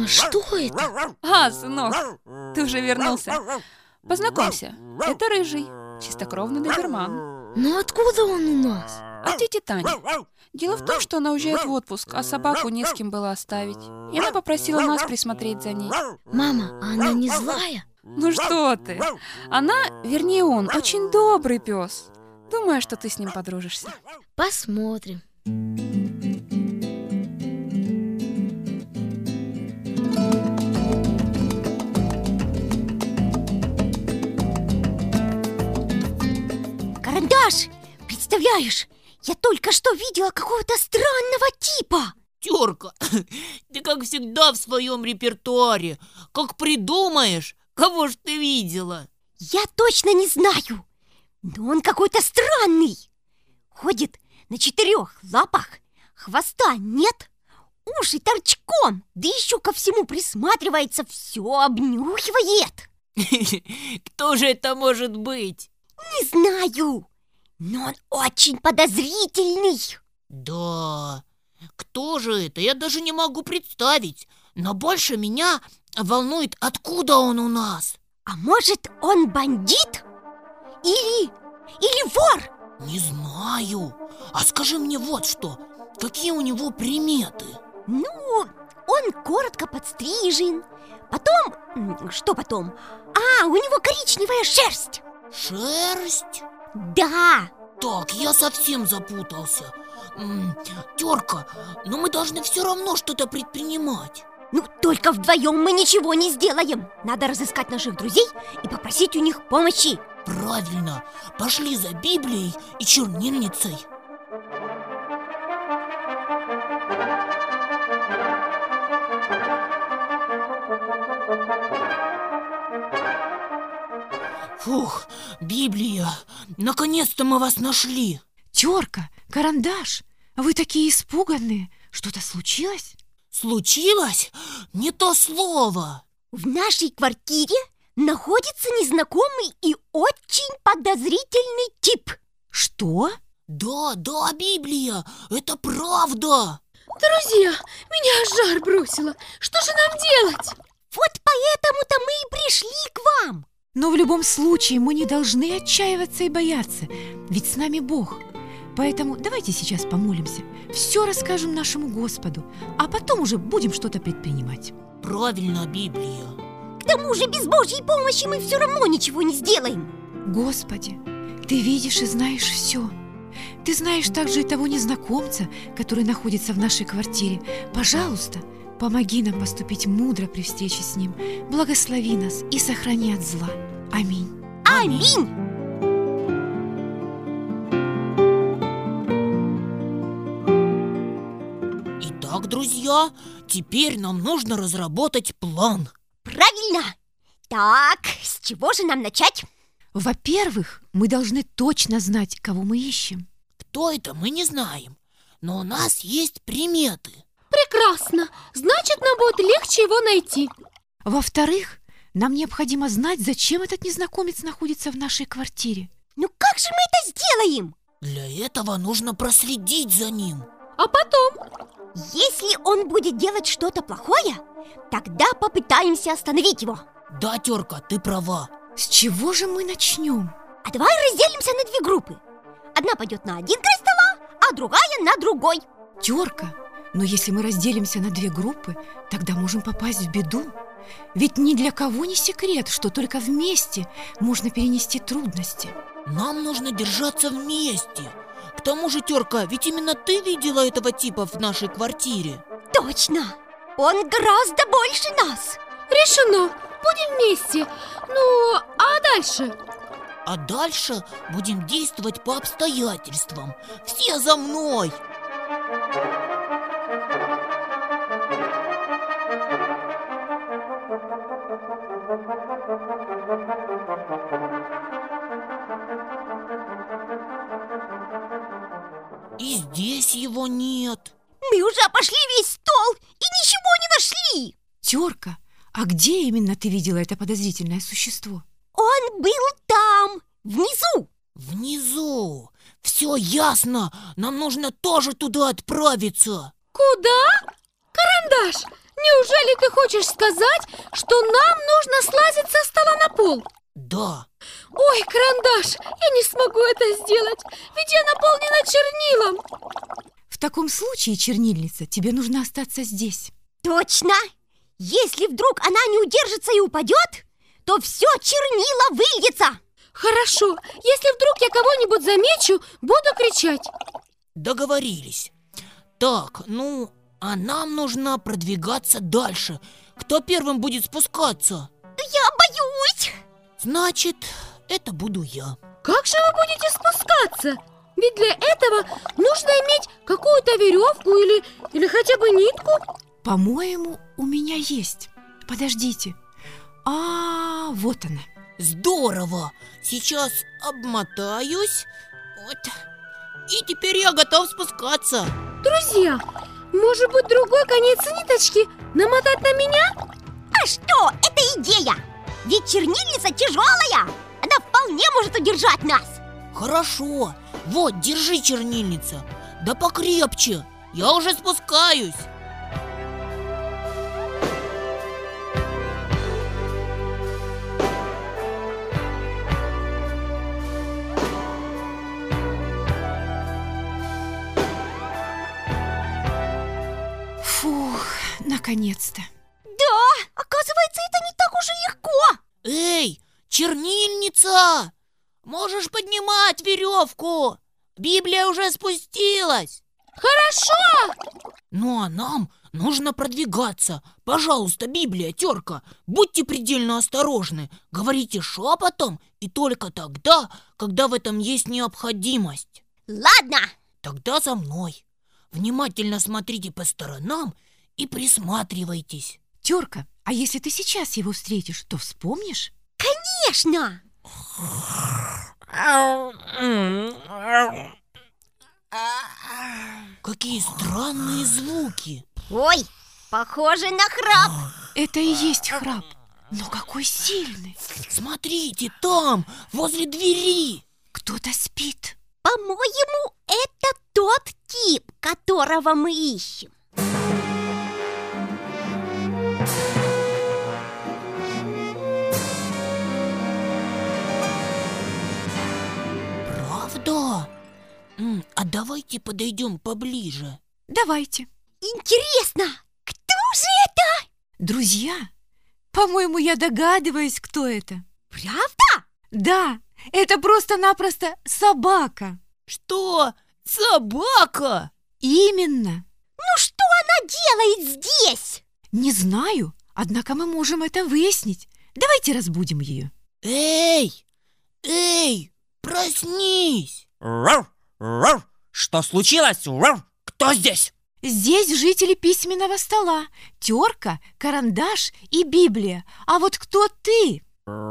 Мама, что это? Сынок, ты уже вернулся. Познакомься, это Рыжий, чистокровный доберман. Но откуда он у нас? От тети Тани. Дело в том, что она уезжает в отпуск, а собаку не с кем было оставить. И она попросила нас присмотреть за ней. Мама, а она не злая? Ну что ты? Она, вернее он, очень добрый пес. Думаю, что ты с ним подружишься. Посмотрим. Карандаш, представляешь, я только что видела какого-то странного типа. Терка, ты как всегда в своем репертуаре. Как придумаешь, кого ж ты видела? Я точно не знаю, но он какой-то странный. Ходит на 4 лапах, хвоста нет, уши торчком, да еще ко всему присматривается, все обнюхивает. Кто же это может быть? Не знаю, но он очень подозрительный. Да, кто же это? Я даже не могу представить. Но больше меня волнует, откуда он у нас. А может, он бандит? Или вор? Не знаю. А скажи мне вот что. Какие у него приметы? Ну, он коротко подстрижен. Потом, что потом? У него коричневая шерсть. Шерсть? Да. Так, я совсем запутался. Терка, но мы должны все равно что-то предпринимать. Ну, только вдвоем мы ничего не сделаем. Надо разыскать наших друзей и попросить у них помощи. Правильно, пошли за Библией и чернильницей. Фух, Библия, наконец-то мы вас нашли. Терка, Карандаш, вы такие испуганные. Что-то случилось? Случилось? Не то слово. В нашей квартире находится незнакомый и очень подозрительный тип. Что? Да, Библия, это правда. Друзья, меня жар бросило. Что же нам делать? Вот поэтому-то мы и пришли к вам. Но в любом случае мы не должны отчаиваться и бояться, ведь с нами Бог. Поэтому давайте сейчас помолимся, все расскажем нашему Господу, а потом уже будем что-то предпринимать. Правильно, Библия. К тому же без Божьей помощи мы все равно ничего не сделаем. Господи, Ты видишь и знаешь все. Ты знаешь также и того незнакомца, который находится в нашей квартире. Пожалуйста, помоги нам поступить мудро при встрече с ним. Благослови нас и сохрани от зла. Аминь. Аминь. Итак, друзья, теперь нам нужно разработать план. Правильно. Так, с чего же нам начать? Во-первых, мы должны точно знать, кого мы ищем. Кто это, мы не знаем, но у нас есть приметы. Прекрасно. Значит, нам будет легче его найти. Во-вторых, нам необходимо знать, зачем этот незнакомец находится в нашей квартире. Ну как же мы это сделаем? Для этого нужно проследить за ним. А потом? Если он будет делать что-то плохое, тогда попытаемся остановить его. Да, Терка, ты права. С чего же мы начнем? А давай разделимся на 2 группы. Одна пойдет на один край стола, а другая на другой. Терка, но если мы разделимся на 2 группы, тогда можем попасть в беду. Ведь ни для кого не секрет, что только вместе можно перенести трудности. Нам нужно держаться вместе. К тому же, Терка, ведь именно ты видела этого типа в нашей квартире. Точно! Он гораздо больше нас. Решено. Будем вместе. Ну, а дальше? А дальше будем действовать по обстоятельствам. Все за мной! И здесь его нет. Мы уже обошли весь стол и ничего не нашли. Терка, а где именно ты видела это подозрительное существо? Он был там, внизу. Внизу. Все ясно. Нам нужно тоже туда отправиться. Куда? Карандаш, Неужели ты хочешь сказать, что нам нужно слазить со стола на пол? Да. Ой, карандаш, я не смогу это сделать, ведь я наполнена чернилом. В таком случае, чернильница, тебе нужно остаться здесь. Точно! Если вдруг она не удержится и упадет, то все чернила выльется. Хорошо, если вдруг я кого-нибудь замечу, буду кричать. Договорились. Так, а нам нужно продвигаться дальше. Кто первым будет спускаться? Я боюсь. Значит, это буду я. Как же вы будете спускаться? Ведь для этого нужно иметь какую-то веревку или хотя бы нитку. По-моему, у меня есть. Подождите. Вот она. Здорово! Сейчас обмотаюсь. Вот. И теперь я готов спускаться. Друзья, может быть, другой конец ниточки намотать на меня? А что, это идея. Ведь чернильница тяжелая. Она вполне может удержать нас. Хорошо. Вот, держи, чернильница. Да покрепче. Я уже спускаюсь. Фух, наконец-то. Да, оказывается, это не так уж и легко. Эй, чернильница! Можешь поднимать веревку. Библия уже спустилась. Хорошо! А нам нужно продвигаться. Пожалуйста, Библия, терка, будьте предельно осторожны. Говорите шепотом и только тогда, когда в этом есть необходимость. Ладно. Тогда за мной. Внимательно смотрите по сторонам и присматривайтесь. Терка, а если ты сейчас его встретишь, то вспомнишь? Конечно. Какие странные звуки. Ой, похоже на храп. Это и есть храп. Но какой сильный. Смотрите, там, возле двери. Кто-то спит. По-моему, это тот тип, которого мы ищем. Правда? А давайте подойдем поближе. Давайте. Интересно, кто же это? Друзья, по-моему, я догадываюсь, кто это. Правда? Да, это просто-напросто собака. Что? Собака? Именно. Ну что она делает здесь? Не знаю, однако мы можем это выяснить. Давайте разбудим ее. Эй! Эй! Проснись! Что случилось? Кто здесь? Здесь жители письменного стола. Терка, карандаш и Библия. А вот кто ты?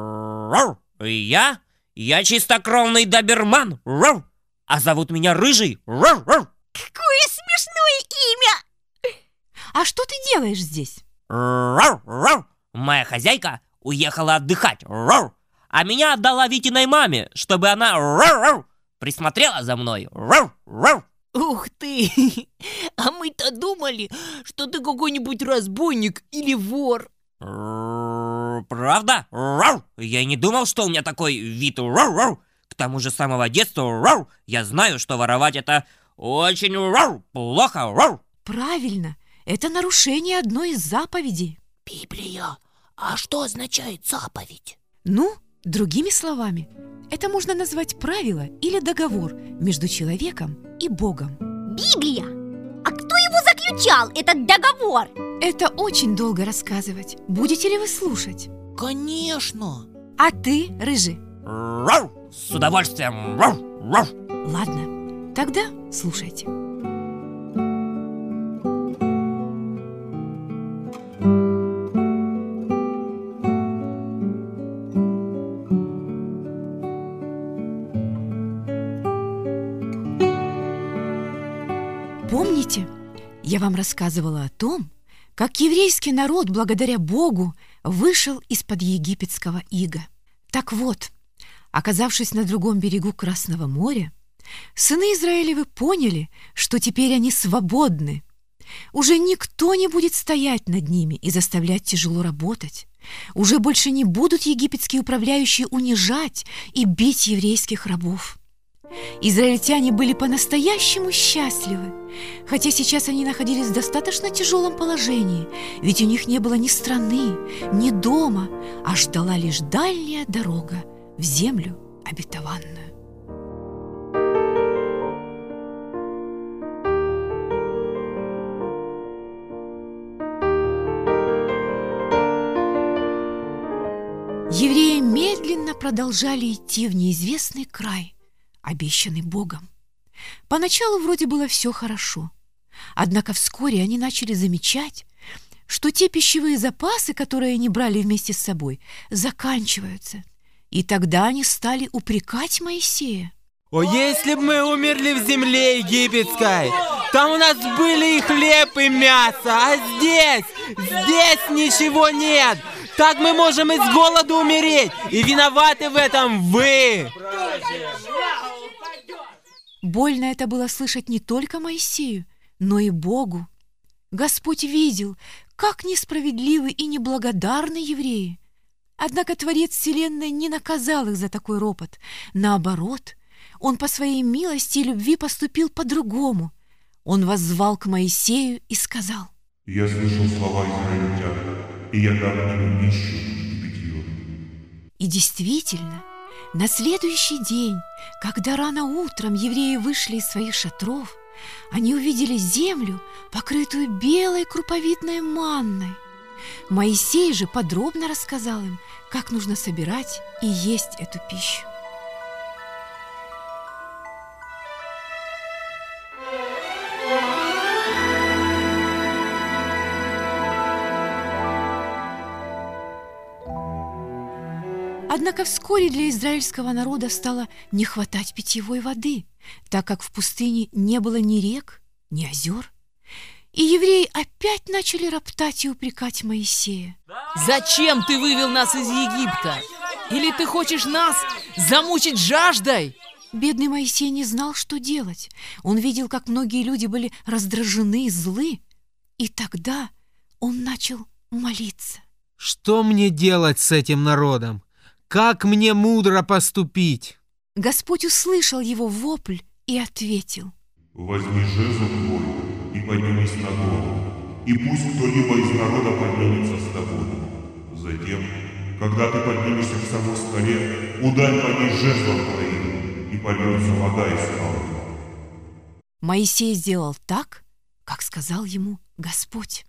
Я чистокровный доберман. А зовут меня Рыжий. Какое смешное имя! А что ты делаешь здесь? Моя хозяйка уехала отдыхать. А меня отдала Витиной маме, чтобы она присмотрела за мной. Ух ты! А мы-то думали, что ты какой-нибудь разбойник или вор. Правда? Я и не думал, что у меня такой вид. К тому же с самого детства я знаю, что воровать это очень плохо. Правильно, это нарушение одной из заповедей. Библия, а что означает заповедь? Ну, другими словами, это можно назвать правило или договор между человеком и Богом. Библия? А кто его заключал, этот договор? Это очень долго рассказывать. Будете ли вы слушать? Конечно. А ты, Рыжий? С удовольствием. Ладно, тогда слушайте. Помните, я вам рассказывала о том, как еврейский народ благодаря Богу вышел из-под египетского ига. Так вот, оказавшись на другом берегу Красного моря, сыны Израилевы поняли, что теперь они свободны. Уже никто не будет стоять над ними и заставлять тяжело работать. Уже больше не будут египетские управляющие унижать и бить еврейских рабов. Израильтяне были по-настоящему счастливы, хотя сейчас они находились в достаточно тяжелом положении, ведь у них не было ни страны, ни дома, а ждала лишь дальняя дорога в землю обетованную. Евреи медленно продолжали идти в неизвестный край, обещанный Богом. Поначалу вроде было все хорошо, однако вскоре они начали замечать, что те пищевые запасы, которые они брали вместе с собой, заканчиваются. И тогда они стали упрекать Моисея. О, если бы мы умерли в земле египетской! Там у нас были и хлеб, и мясо, а здесь ничего нет! Так мы можем из голода умереть, и виноваты в этом вы! Больно это было слышать не только Моисею, но и Богу. Господь видел, как несправедливы и неблагодарны евреи. Однако Творец Вселенной не наказал их за такой ропот. Наоборот, Он по своей милости и любви поступил по-другому. Он воззвал к Моисею и сказал: «Я слышал слова израильтян, и я дам им пищу и питье». И действительно, на следующий день, когда рано утром евреи вышли из своих шатров, они увидели землю, покрытую белой круповидной манной. Моисей же подробно рассказал им, как нужно собирать и есть эту пищу. Однако вскоре для израильского народа стало не хватать питьевой воды, так как в пустыне не было ни рек, ни озер. И евреи опять начали роптать и упрекать Моисея. Зачем ты вывел нас из Египта? Или ты хочешь нас замучить жаждой? Бедный Моисей не знал, что делать. Он видел, как многие люди были раздражены и злы. И тогда он начал молиться. Что мне делать с этим народом? Как мне мудро поступить? Господь услышал его вопль и ответил: «Возьми жезл твой и поднимись на гору, и пусть кто-либо из народа поднимется с тобой. Затем, когда ты поднимешься к самой скале, ударь по ней жезлом твоим, и польется вода из скалы». Моисей сделал так, как сказал ему Господь.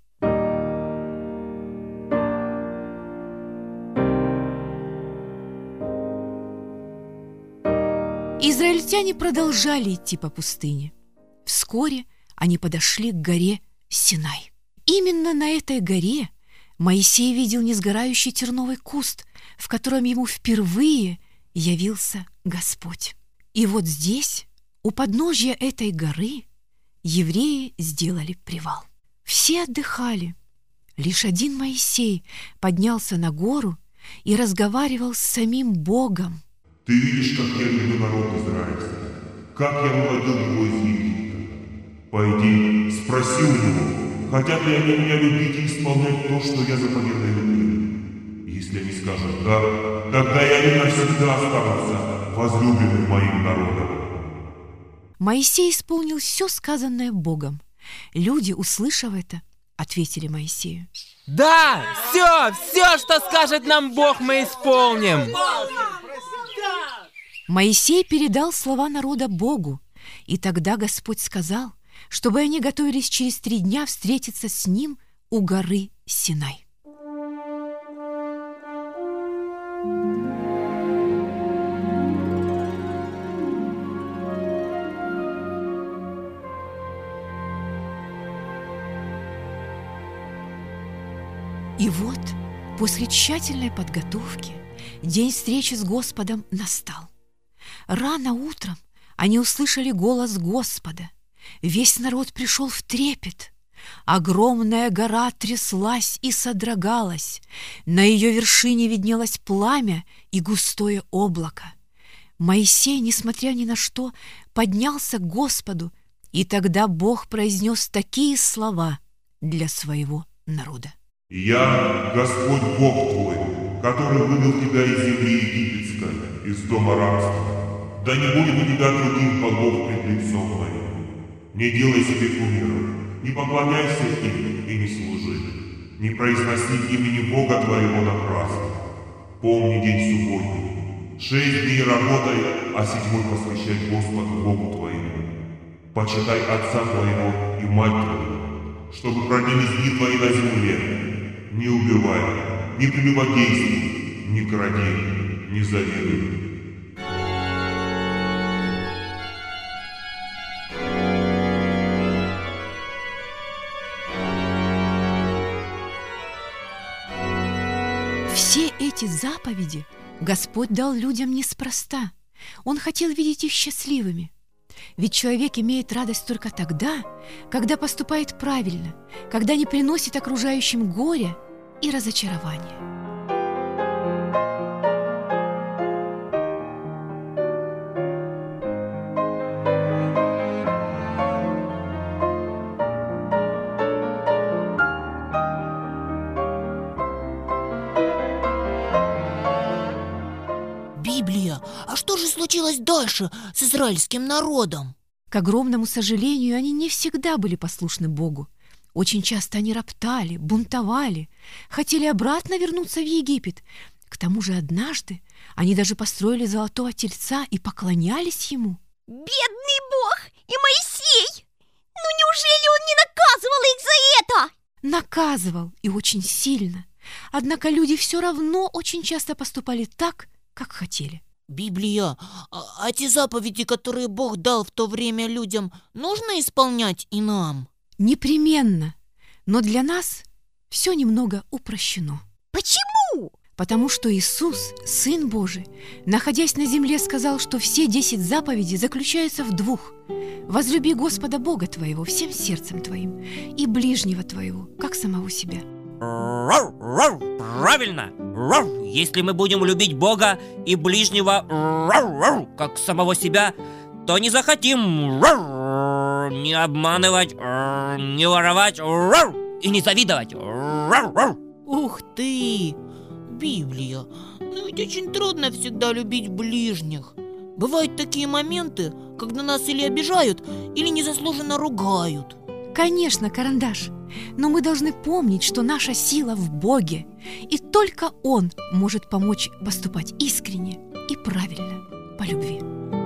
Израильтяне продолжали идти по пустыне. Вскоре они подошли к горе Синай. Именно на этой горе Моисей видел несгорающий терновый куст, в котором ему впервые явился Господь. И вот здесь, у подножья этой горы, евреи сделали привал. Все отдыхали. Лишь один Моисей поднялся на гору и разговаривал с самим Богом. «Ты видишь, как я люблю народ израильский, как я выводил его из Египта. Пойди, спроси у него, хотят ли они меня любить и исполнять то, что я заповедаю им. Если они скажут «да», тогда и они навсегда останутся возлюбленным моим народом». Моисей исполнил все сказанное Богом. Люди, услышав это, ответили Моисею: Да, все, что скажет нам Бог, мы исполним. Моисей передал слова народа Богу, и тогда Господь сказал, чтобы они готовились через 3 дня встретиться с Ним у горы Синай. И вот, после тщательной подготовки, день встречи с Господом настал. Рано утром они услышали голос Господа. Весь народ пришел в трепет. Огромная гора тряслась и содрогалась. На ее вершине виднелось пламя и густое облако. Моисей, несмотря ни на что, поднялся к Господу И тогда Бог произнес такие слова для своего народа. «Я Господь Бог твой, который вывел тебя из земли египетской, из дома рабства. Да не будет у тебя других богов пред лицом моим. Не делай себе кумиров, не поклоняйся им и не служи. Не произноси имени Бога твоего напрасно. Помни день субботний. 6 дней работай, а 7-й посвящай Господу Богу твоему. Почитай отца твоего и мать твою, чтобы продлились дни твои на земле. Не убивай, не прелюбодействуй, не кради, не завидуй». Все эти заповеди Господь дал людям неспроста. Он хотел видеть их счастливыми. Ведь человек имеет радость только тогда, когда поступает правильно, когда не приносит окружающим горя и разочарования. Библия, а что же случилось дальше с израильским народом? К огромному сожалению, они не всегда были послушны Богу. Очень часто они роптали, бунтовали, хотели обратно вернуться в Египет. К тому же однажды они даже построили золотого тельца и поклонялись ему. Бедный Бог и Моисей! Ну неужели он не наказывал их за это? Наказывал, и очень сильно. Однако люди все равно очень часто поступали так, как хотели. Библия, а те заповеди, которые Бог дал в то время людям, нужно исполнять и нам? Непременно. Но для нас все немного упрощено. Почему? Потому что Иисус, Сын Божий, находясь на земле, сказал, что все 10 заповедей заключаются в 2. Возлюби Господа Бога твоего всем сердцем твоим и ближнего твоего, как самого себя. Роу, роу, правильно. Роу. Если мы будем любить Бога и ближнего, роу, роу, как самого себя, то не захотим роу, не обманывать, не воровать роу, и не завидовать. Роу, роу. Ух ты! Библия, но ведь очень трудно всегда любить ближних. Бывают такие моменты, когда нас или обижают, или незаслуженно ругают. Конечно, Карандаш, но мы должны помнить, что наша сила в Боге, и только Он может помочь поступать искренне и правильно по любви.